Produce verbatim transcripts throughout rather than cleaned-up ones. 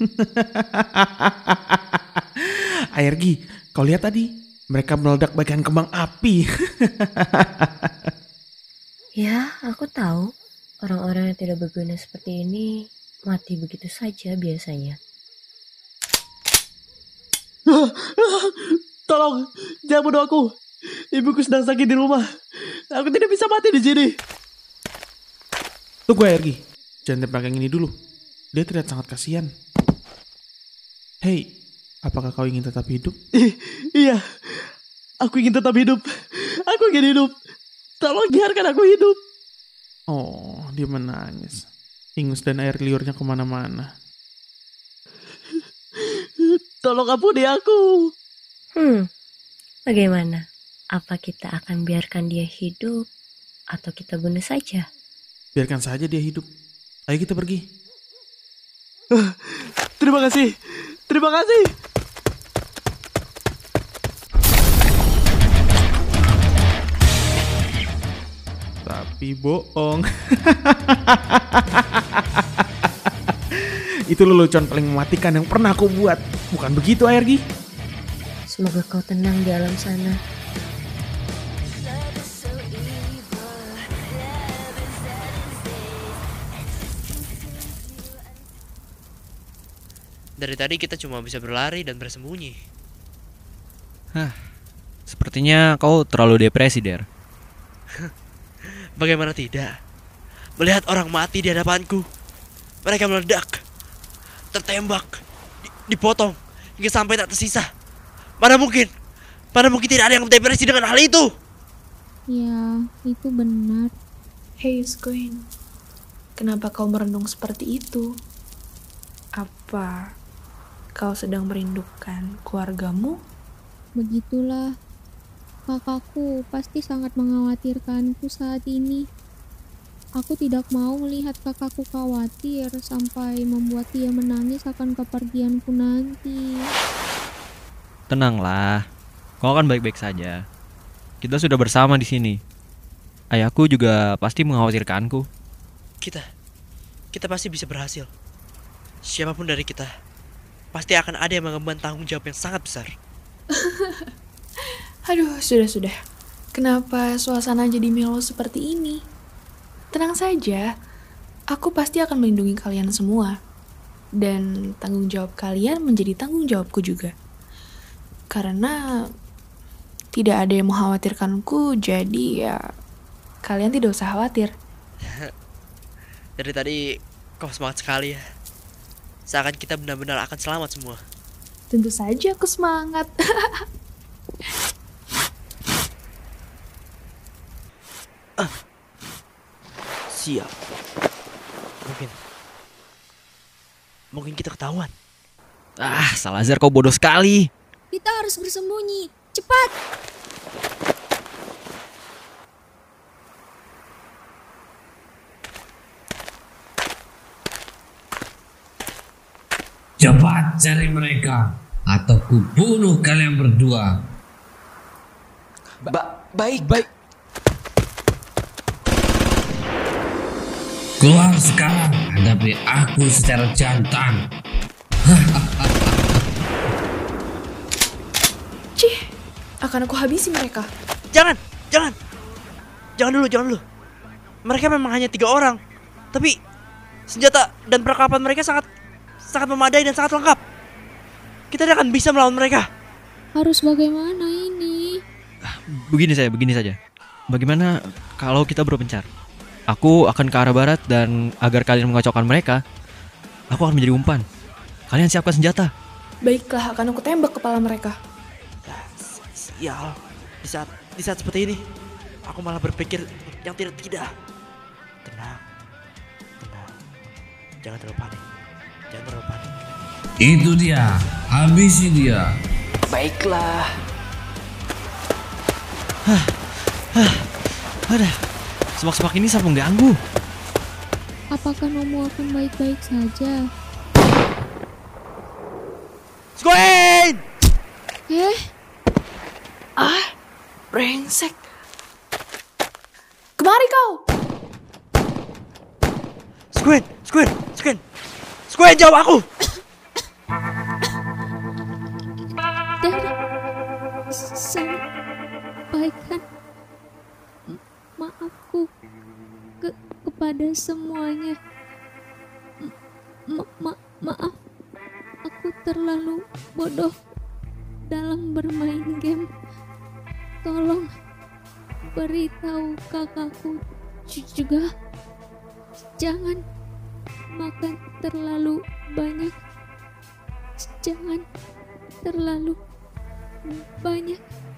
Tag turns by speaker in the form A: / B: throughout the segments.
A: Airgi, kau lihat tadi? Mereka meledak bagian kembang api.
B: Ya, aku tahu. Orang-orang yang tidak berguna seperti ini mati begitu saja biasanya.
C: Tolong, jangan bunuh aku. Ibuku sedang sakit di rumah. Aku tidak bisa mati di sini.
A: Tunggu Airgi, jangan tembak yang ini dulu. Dia terlihat sangat kasihan. Hei, apakah kau ingin tetap hidup?
C: I- iya, aku ingin tetap hidup. Aku ingin hidup. Tolong biarkan aku hidup.
A: Oh, dia menangis. Ingus dan air liurnya kemana-mana.
C: Tolong ampuni aku.
B: Hmm, bagaimana? Apa kita akan biarkan dia hidup atau kita bunuh saja?
A: Biarkan saja dia hidup. Ayo kita pergi.
C: Terima kasih. Terima kasih.
A: Tapi bohong. Itu lelucon paling mematikan yang pernah aku buat. Bukan begitu, Airgi?
B: Semoga kau tenang di alam sana.
D: Dari tadi kita cuma bisa berlari dan bersembunyi.
E: Hah, sepertinya kau terlalu depresi, Der.
D: Bagaimana tidak? Melihat orang mati di hadapanku. Mereka meledak, tertembak, di- dipotong, hingga sampai tak tersisa. Mana mungkin? Mana mungkin tidak ada yang depresi dengan hal itu?
F: Ya, itu benar.
G: Hey Squin, kenapa kau merenung seperti itu? Apa kau sedang merindukan keluargamu?
F: Begitulah. Kakakku pasti sangat mengkhawatirkanku saat ini. Aku tidak mau melihat kakakku khawatir sampai membuat dia menangis akan kepergianku nanti.
E: Tenanglah, kau kan baik-baik saja. Kita sudah bersama di sini. Ayahku juga pasti mengkhawatirkanku.
D: Kita, kita pasti bisa berhasil. Siapapun dari kita, pasti akan ada yang mengemban tanggung jawab yang sangat besar.
G: Aduh, sudah-sudah. Kenapa suasana jadi melo seperti ini? Tenang saja, aku pasti akan melindungi kalian semua. Dan tanggung jawab kalian menjadi tanggung jawabku juga. Karena tidak ada yang mengkhawatirkanku, jadi ya kalian tidak usah khawatir.
D: Dari tadi kau semangat sekali ya. Seakan kita benar-benar akan selamat semua.
G: Tentu saja aku semangat.
D: Siap. Mungkin Mungkin kita ketahuan.
E: Ah, Salazar, kau bodoh sekali.
F: Kita harus bersembunyi. Cepat!
H: Cepat cari mereka, atau kubunuh kalian berdua.
D: Ba baik, baik.
H: Keluar sekarang, hadapi aku secara jantan.
G: Cih, akan aku habisi mereka.
D: Jangan, jangan. Jangan dulu, jangan dulu. Mereka memang hanya tiga orang. Tapi senjata dan perlengkapan mereka sangat sangat memadai dan sangat lengkap. Kita tidak akan bisa melawan mereka.
F: Harus bagaimana ini?
E: Begini saja, begini saja. Bagaimana kalau kita berpencar? Aku akan ke arah barat dan agar kalian mengacaukan mereka, aku akan menjadi umpan. Kalian siapkan senjata.
G: Baiklah, akan aku tembak kepala mereka.
D: Sial. Di saat di saat seperti ini, aku malah berpikir yang tidak-tidak. Tenang. Tenang. Jangan terlalu panik. Jangan terlalu panik.
H: Itu dia, habisi dia.
D: Baiklah.
E: Ada. Semak-semak ini sangat mengganggu.
F: Apakah Nomo akan baik-baik saja?
D: Squid!
F: Eh,
G: Ah, brengsek. Kemari kau.
D: Squid! Squid! Squid! Squid, jawab aku!
F: sampaikan maafku ke kepada semuanya. Ma ma maaf, aku terlalu bodoh dalam bermain game. Tolong beritahu kakakku juga jangan makan terlalu banyak. Jangan terlalu banyak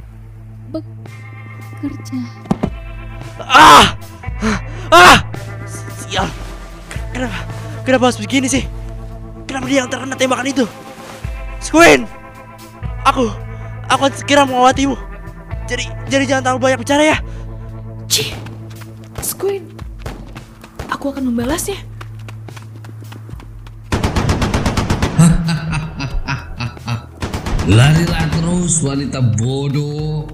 F: bekerja.
D: Ah! Ah! Sial. Kenapa? Kenapa harus begini sih? Kenapa dia yang terkena tembakan itu? Squin! Aku, aku akan segera mengawatimu. Jadi, jadi jangan terlalu banyak bicara ya.
G: Cih, Squid, aku akan membalasnya.
H: Larilah terus wanita bodoh.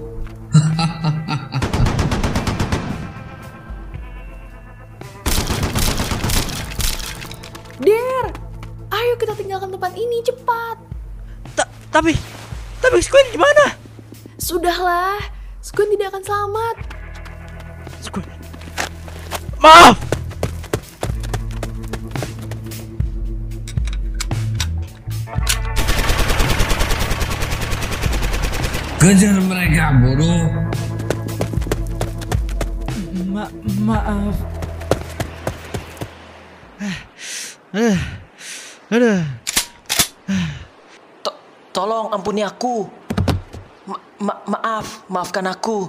G: Der, ayo kita tinggalkan tempat ini cepat.
D: Ta tapi, tapi Squin gimana?
G: Sudahlah, Squid tidak akan selamat.
D: Squin, maaf.
H: Kejar mereka, bodoh.
C: Ma maaf.
D: Aduh, aduh.
I: To tolong ampuni aku. Ma ma maaf, maafkan aku.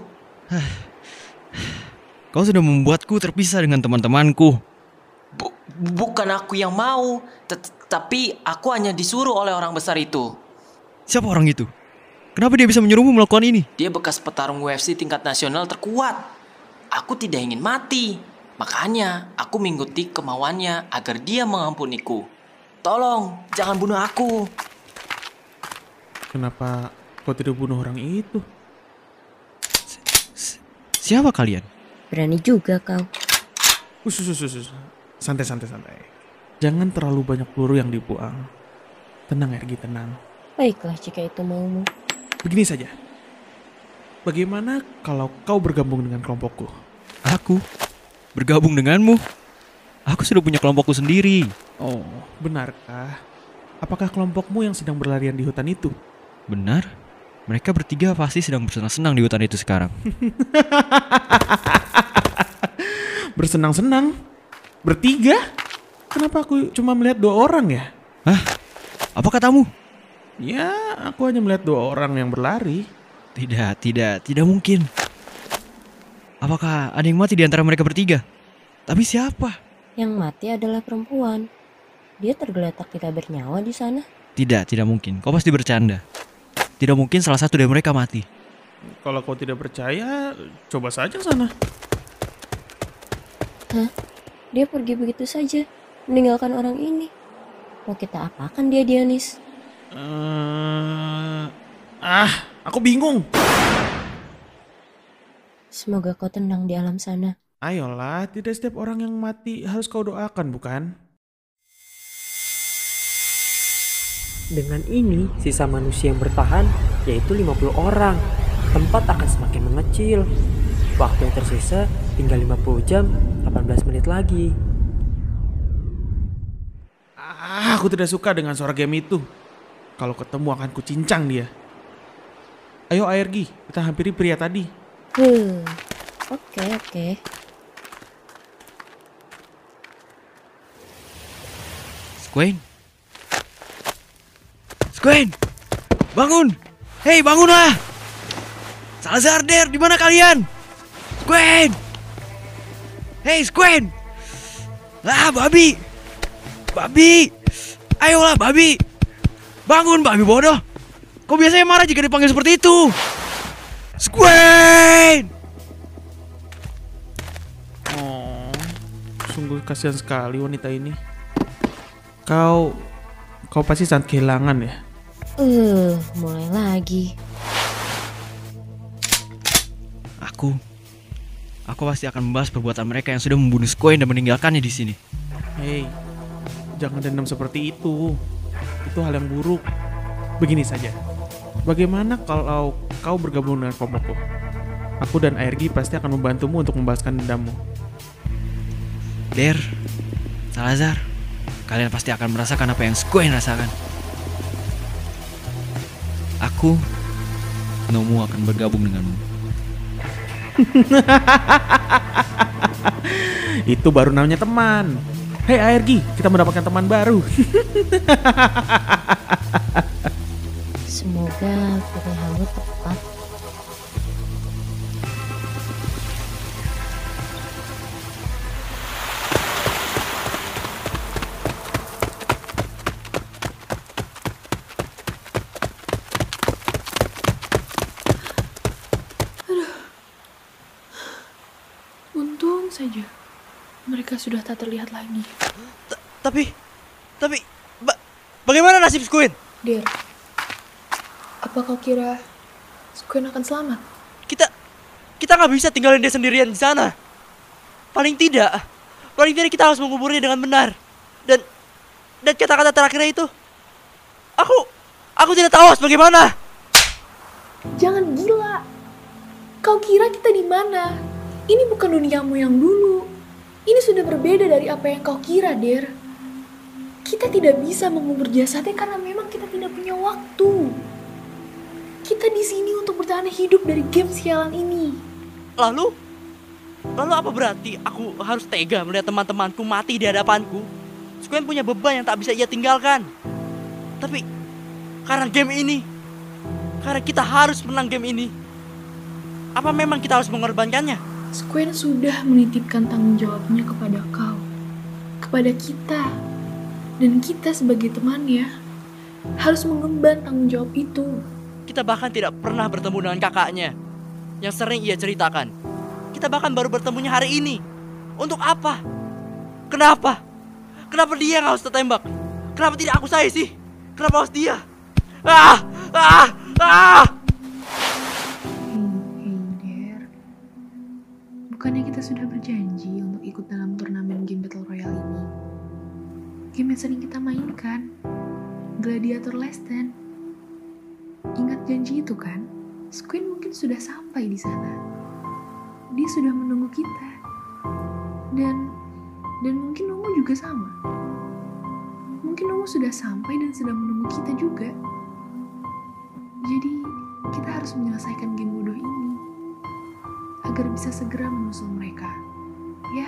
E: Kau sudah membuatku terpisah dengan teman-temanku.
I: Bu bukan aku yang mau, tapi aku hanya disuruh oleh orang besar itu.
E: Siapa orang itu? Kenapa dia bisa menyuruhmu melakukan ini?
I: Dia bekas petarung U F C tingkat nasional terkuat. Aku tidak ingin mati. Makanya aku mengikuti kemauannya agar dia mengampuniku. Tolong, jangan bunuh aku.
A: Kenapa kau tidak bunuh orang itu?
E: Siapa kalian?
B: Berani juga kau.
A: Usus, usus, usus. Santai, santai, santai. Jangan terlalu banyak peluru yang dibuang. Tenang, Ergi, tenang.
B: Baiklah jika itu maumu.
A: Begini saja. Bagaimana kalau kau bergabung dengan kelompokku?
E: Aku? Bergabung denganmu? Aku sudah punya kelompokku sendiri.
A: Oh, benarkah? Apakah kelompokmu yang sedang berlarian di hutan itu?
E: Benar. Mereka bertiga pasti sedang bersenang-senang di hutan itu sekarang.
A: Bersenang-senang? Bertiga? Kenapa aku cuma melihat dua orang ya?
E: Hah? Apa katamu?
A: Ya, aku hanya melihat dua orang yang berlari.
E: Tidak, tidak, tidak mungkin. Apakah ada yang mati di antara mereka bertiga? Tapi siapa?
B: Yang mati adalah perempuan. Dia tergeletak tidak bernyawa di sana.
E: Tidak, tidak mungkin. Kau pasti bercanda. Tidak mungkin salah satu dari mereka mati.
A: Kalau kau tidak percaya, coba saja ke sana.
B: Hah? Dia pergi begitu saja, meninggalkan orang ini. Mau kita apakan dia, Dionis?
A: Uh, ah, aku bingung.
B: Semoga kau tenang di alam sana.
A: Ayolah, tidak setiap orang yang mati harus kau doakan, bukan?
J: Dengan ini, sisa manusia yang bertahan yaitu lima puluh orang. Tempat akan semakin mengecil. Waktu yang tersisa tinggal lima puluh jam, delapan belas menit lagi.
A: Ah, aku tidak suka dengan suara game itu. Kalau ketemu akan kucincang dia. Ayo Airgi, kita hampiri pria tadi.
B: Hmm, oke oke.
E: Squin? Squin! Bangun! Hei, bangunlah! Salazar, Der, di mana kalian? Squin! Hei, Squin! Ah, babi! Babi! Ayolah, babi! Bangun, babi bodoh! Kau biasanya marah jika dipanggil seperti itu! Squin!
A: Oh, sungguh kasihan sekali wanita ini. Kau, kau pasti sangat kehilangan ya?
B: Uh, mulai lagi.
E: Aku, aku pasti akan membahas perbuatan mereka yang sudah membunuh Squin dan meninggalkannya di sini.
A: Hei, jangan dendam seperti itu. Itu hal yang buruk. Begini saja. Bagaimana kalau kau bergabung dengan kelompokku? Aku dan A R G pasti akan membantumu untuk membalaskan dendammu.
E: Der, Salazar, kalian pasti akan merasakan apa yang Squain rasakan. Aku, Nomu akan bergabung denganmu.
A: Itu baru namanya teman. Hei A R G, kita mendapatkan teman baru.
B: Semoga pilihanmu tepat.
G: Untung saja mereka sudah tak terlihat lagi.
D: T- tapi, tapi, ba- bagaimana nasib Squain?
G: Der, apa kau kira Squain akan selamat?
D: Kita, kita nggak bisa tinggalin dia sendirian di sana. Paling tidak, paling tidak kita harus menguburnya dengan benar. Dan, dan kata-kata terakhirnya itu, aku, aku tidak tahu harus bagaimana.
G: Jangan gila. Kau kira kita di mana? Ini bukan duniamu yang dulu. Ini sudah berbeda dari apa yang kau kira, Der. Kita tidak bisa mengubur jasadnya karena memang kita tidak punya waktu. Kita di sini untuk bertahan hidup dari game sialan ini.
D: Lalu, lalu apa berarti aku harus tega melihat teman-temanku mati di hadapanku? Squain punya beban yang tak bisa ia tinggalkan. Tapi, karena game ini, karena kita harus menang game ini, apa memang kita harus mengorbankannya?
G: Squain sudah menitipkan tanggung jawabnya kepada kau, kepada kita, dan kita sebagai temannya harus mengemban tanggung jawab itu.
D: Kita bahkan tidak pernah bertemu dengan kakaknya yang sering ia ceritakan. Kita bahkan baru bertemunya hari ini. Untuk apa? Kenapa? Kenapa dia yang harus tertembak? Kenapa tidak aku saya sih? Kenapa harus dia? Ah! Ah! Ah!
G: Bukannya kita sudah berjanji untuk ikut dalam turnamen game Battle Royale ini? Game yang sering kita mainkan, Gladiator Last Stand. Ingat janji itu kan? Squain mungkin sudah sampai di sana. Dia sudah menunggu kita. Dan dan mungkin Nomu juga sama. Mungkin Nomu sudah sampai dan sedang menunggu kita juga. Jadi, kita harus menyelesaikan game bodoh ini agar bisa segera menyusul mereka. Ya.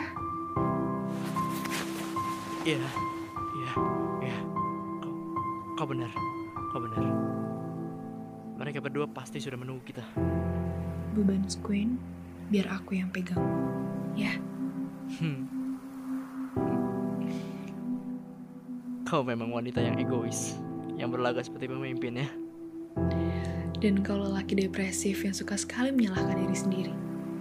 D: Iya, iya, iya. Kau, kau benar, kau benar. Mereka berdua pasti sudah menunggu kita.
G: Beban Squain, biar aku yang pegang. Ya.
D: Hmm. Kau memang wanita yang egois, yang berlagak seperti pemimpin ya.
G: Dan kau lelaki depresif yang suka sekali menyalahkan diri sendiri.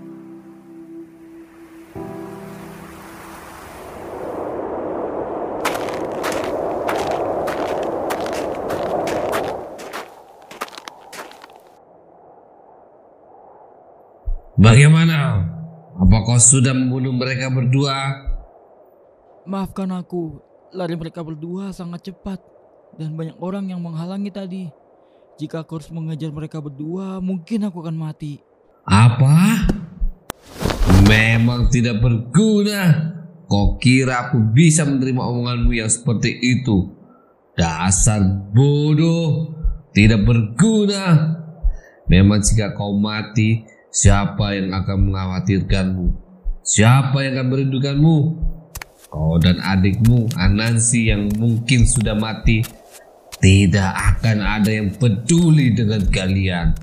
H: Bagaimana? Apa kau sudah membunuh mereka berdua?
K: Maafkan aku, lari mereka berdua sangat cepat dan banyak orang yang menghalangi tadi. Jika aku harus mengejar mereka berdua, mungkin aku akan mati.
H: Apa? Memang tidak berguna. Kau kira aku bisa menerima omonganmu yang seperti itu? Dasar bodoh, tidak berguna. Memang jika kau mati, siapa yang akan mengkhawatirkanmu? Siapa yang akan merindukanmu? Kau dan adikmu Anansi yang mungkin sudah mati, tidak akan ada yang peduli dengan kalian.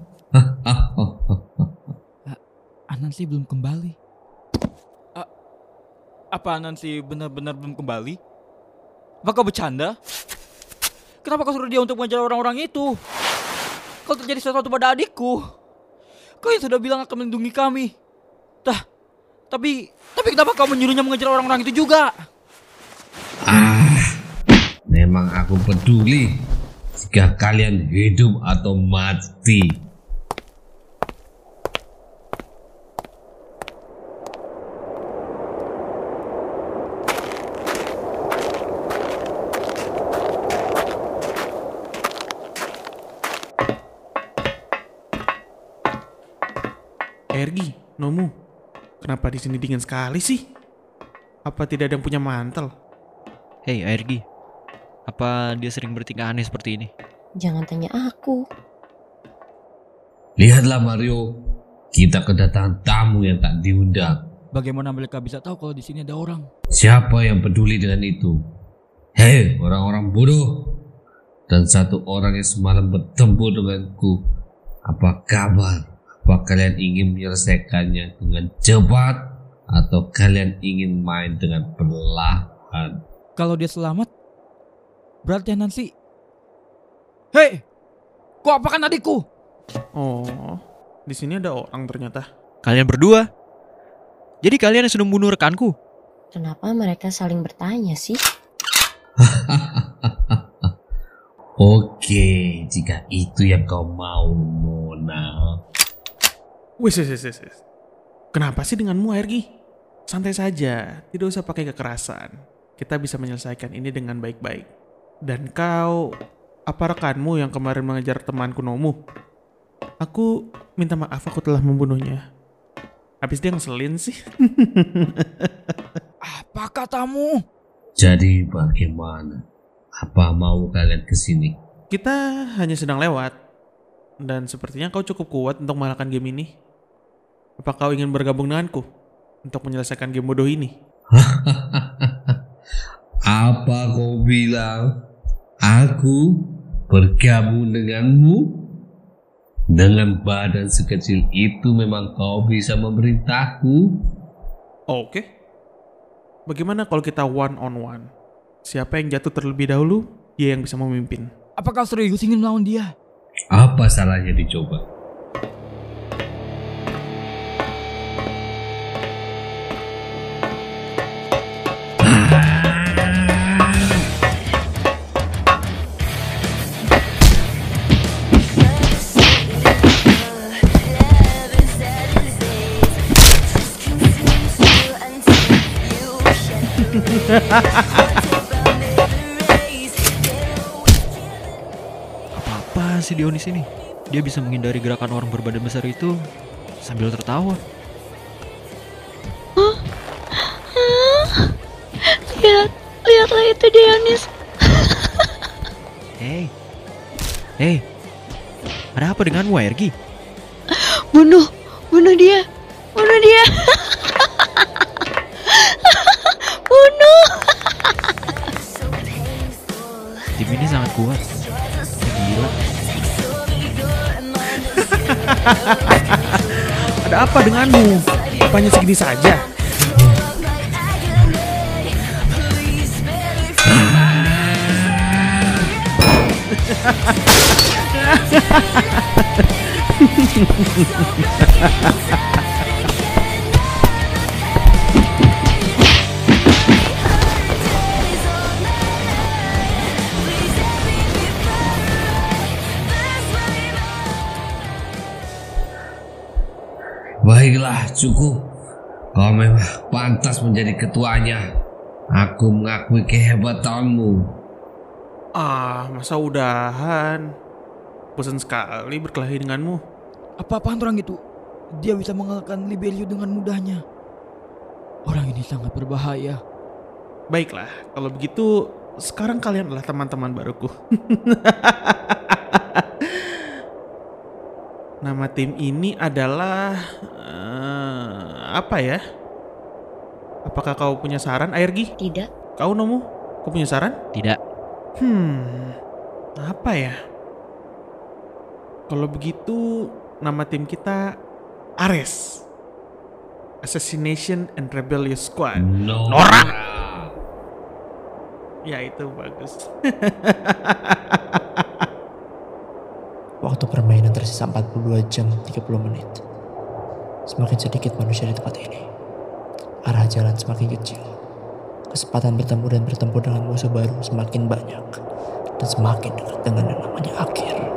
K: Anansi belum kembali. A apa Anansi benar-benar belum kembali? Apa kau bercanda? Kenapa kau suruh dia untuk mengejar orang-orang itu? Kalau terjadi sesuatu pada adikku, kau yang sudah bilang akan melindungi kami. Tah, tapi tapi kenapa kau menyuruhnya mengejar orang-orang itu juga?
H: Ah, memang aku peduli jika kalian hidup atau mati.
A: Airgi, Nomu, kenapa di sini dingin sekali sih? Apa tidak ada yang punya mantel?
E: Hei Airgi, apa dia sering bertingkah aneh seperti ini?
B: Jangan tanya aku.
H: Lihatlah Mario, kita kedatangan tamu yang tak diundang.
K: Bagaimana mereka bisa tahu kalau di sini ada orang?
H: Siapa yang peduli dengan itu? Hei orang-orang bodoh. Dan satu orang yang semalam bertempur denganku. Apa kabar? Apa kalian ingin menyelesaikannya dengan cepat? Atau kalian ingin main dengan perlahan?
K: Kalau dia selamat, berarti Nancy. Hei, kau apakan adikku?
A: Oh, di sini ada orang ternyata.
E: Kalian berdua? Jadi kalian yang sudah membunuh rekanku?
B: Kenapa mereka saling bertanya sih?
H: Oke, jika itu yang kau mau, Mona.
A: Wis, wis, wis, wis. Kenapa sih denganmu, Airgi? Santai saja, tidak usah pakai kekerasan. Kita bisa menyelesaikan ini dengan baik-baik. Dan kau, apa rekanmu yang kemarin mengejar temanku Nomu? Aku minta maaf aku telah membunuhnya. Habis dia ngeselin sih.
K: Apa katamu?
H: Jadi bagaimana? Apa mau kalian kesini?
A: Kita hanya sedang lewat. Dan sepertinya kau cukup kuat untuk mengalahkan game ini. Apa kau ingin bergabung denganku untuk menyelesaikan game bodoh ini?
H: Apa kau bilang? Aku bergabung denganmu? Dengan badan sekecil itu memang kau bisa memerintahku?
A: Oke. Bagaimana kalau kita one on one? Siapa yang jatuh terlebih dahulu, dia yang bisa memimpin.
K: Apa kau serius ingin melawan dia?
H: Apa salahnya dicoba?
E: Apa-apa si Dionis ini? Dia bisa menghindari gerakan orang berbadan besar itu sambil tertawa.
F: Huh? Huh? Lihat, lihatlah itu Dionis.
E: Hei, hei, ada apa denganmu, Airgi?
F: Bunuh, bunuh dia, bunuh dia. Bunuh.
E: Tim ini sangat kuat. Gila.
A: Ada apa denganmu? Apanya segini saja?
H: Baiklah, cukup. Kau memang pantas menjadi ketuanya. Aku mengakui kehebatanmu.
A: Ah, masa udahan? Bosan sekali berkelahi denganmu.
K: Apa-apaan orang itu? Dia bisa mengalahkan Libelio dengan mudahnya. Orang ini sangat berbahaya.
A: Baiklah, kalau begitu sekarang kalian adalah teman-teman baruku. Nama tim ini adalah uh, apa ya? Apakah kau punya saran, Airgi?
B: Tidak.
A: Kau Nomu? Kau punya saran?
E: Tidak.
A: Hmm, apa ya? Kalau begitu nama tim kita Ares, Assassination and Rebellious Squad.
H: Nora.
A: Nora. Ya itu bagus.
J: Waktu permainan tersisa empat puluh dua jam tiga puluh menit. Semakin sedikit manusia di tempat ini. Arah jalan semakin kecil. Kesempatan bertemu dan bertempur dengan musuh baru semakin banyak. Dan semakin dekat dengan yang namanya akhir.